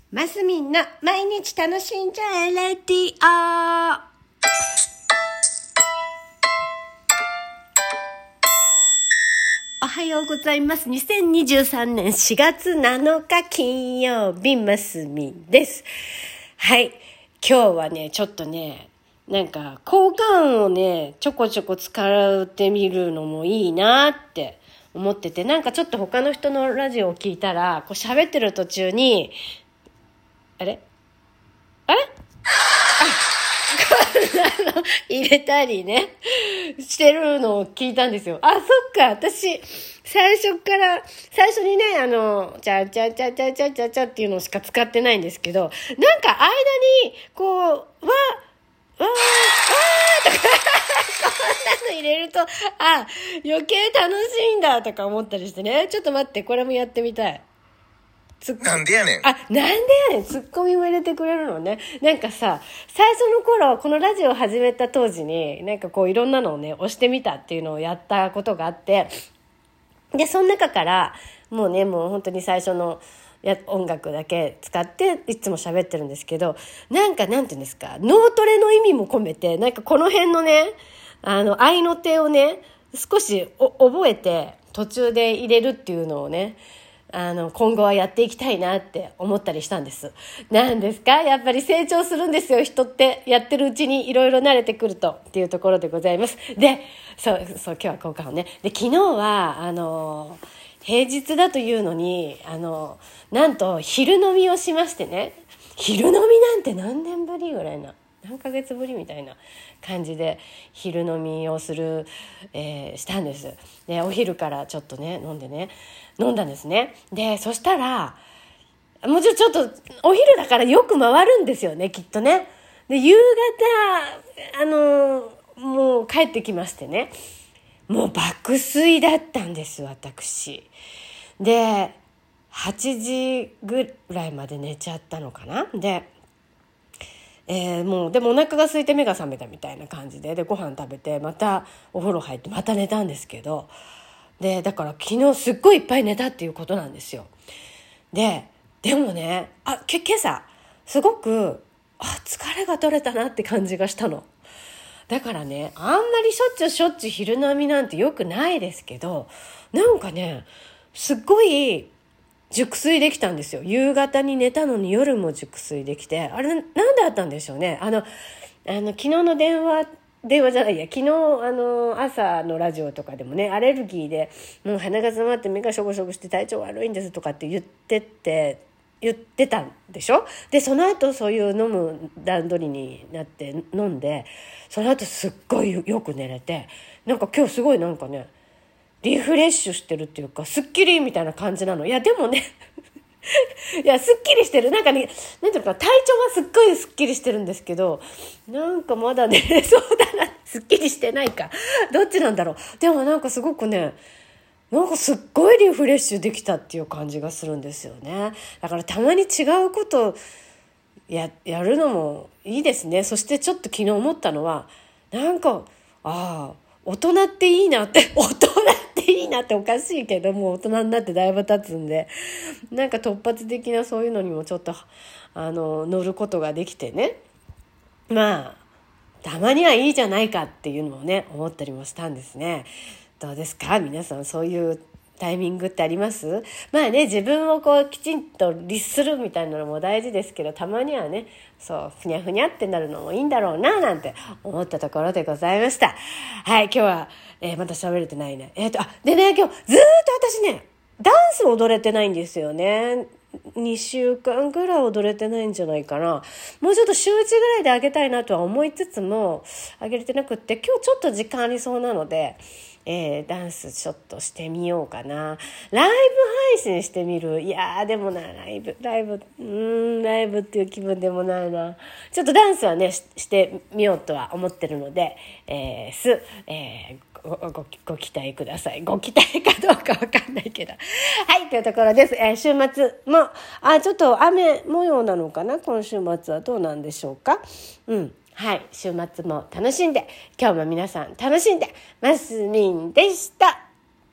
マスミンの毎日楽しんじゃえレディオ。おはようございます。2023年4月7日金曜日、マスミンです。はい、今日はねちょっとねなんか効果音をねちょこちょこ使ってみるのもいいなって思ってて、なんかちょっと他の人のラジオを聞いたらこう喋ってる途中にあれこんなの入れたりねしてるのを聞いたんですよ。あ、そっか、私最初にねチャチャチャチャチャチャチャっていうのしか使ってないんですけど、なんか間にこうわーとかこんなの入れると余計楽しいんだとか思ったりしてね。ちょっと待って、これもやってみたい。 なんでやねん。 なんでやねん。ツッコミも入れてくれるのね。なんかさ、最初の頃、このラジオを始めた当時に、なんかこういろんなのをね、押してみたっていうのをやったことがあって、で、その中から、もう本当に最初の音楽だけ使っていつも喋ってるんですけど、なんていうんですか、脳トレの意味も込めて、なんかこの辺のね、合いの手をね、少し覚えて途中で入れるっていうのをね、今後はやっていきたいなって思ったりしたんです。なんですか、やっぱり成長するんですよ、人って。やってるうちにいろいろ慣れてくるとっていうところでございます。で、そう今日は効果をね。で、昨日は平日だというのになんと昼飲みをしましてね。昼飲みなんて何年ぶりぐらいな、何ヶ月ぶりみたいな感じで昼飲みをしたんです。で、お昼からちょっとね飲んだんですね。で、そしたらもちろんちょっとお昼だからよく回るんですよね、きっとね。で、夕方もう帰ってきましてね、もう爆睡だったんです、私。で、8時ぐらいまで寝ちゃったのかな。でもうでもお腹が空いて目が覚めたみたいな感じで、ご飯食べてまたお風呂入ってまた寝たんですけど、でだから昨日すっごいいっぱい寝たっていうことなんですよ。でもね今朝すごく疲れが取れたなって感じがしたの。だからね、あんまりしょっちゅう昼飲みなんてよくないですけど、なんかねすっごい熟睡できたんですよ。夕方に寝たのに夜も熟睡できて、あれなんであったんでしょうね。昨日の電話じゃないや、昨日朝のラジオとかでもね、アレルギーでもう鼻が詰まって目がしょぼしょぼして体調悪いんですとかって言ってたんでしょ。でその後そういう飲む段取りになって飲んで、その後すっごいよく寝れて、なんか今日すごいなんかねリフレッシュしてるっていうか、すっきりみたいな感じなの。いやでもねいやすっきりしてる、なんかね、なんていうか体調はすっごいすっきりしてるんですけど、なんかまだ寝れそうだな。すっきりしてないか、どっちなんだろう。でもなんかすごくね、なんかすっごいリフレッシュできたっていう感じがするんですよね。だからたまに違うことやるのもいいですね。そしてちょっと昨日思ったのは、なんか大人っていいなって大人っていいなっておかしいけど、もう大人になってだいぶ経つんで、なんか突発的なそういうのにもちょっと乗ることができてね、まあたまにはいいじゃないかっていうのをね思ったりもしたんですね。どうですか皆さん、そういうタイミングってあります？まあね、自分をこうきちんと律するみたいなのも大事ですけど、たまにはねそうふにゃふにゃってなるのもいいんだろうななんて思ったところでございました。はい、今日は、また喋れてないね。でね、今日ずっと私ねダンス踊れてないんですよね。2週間ぐらい踊れてないんじゃないかな。もうちょっと週1ぐらいであげたいなとは思いつつもあげれてなくって、今日ちょっと時間ありそうなので、ダンスちょっとしてみようかな。ライブ配信してみる。いやーでもな、ライブっていう気分でもないな。ちょっとダンスはねしてみようとは思ってるので、ご期待ください。ご期待かどうかわかんないけど。はい、というところです。週末もちょっと雨模様なのかな。今週末はどうなんでしょうか。はい、週末も楽しんで、今日も皆さん楽しんで、マスミンでした。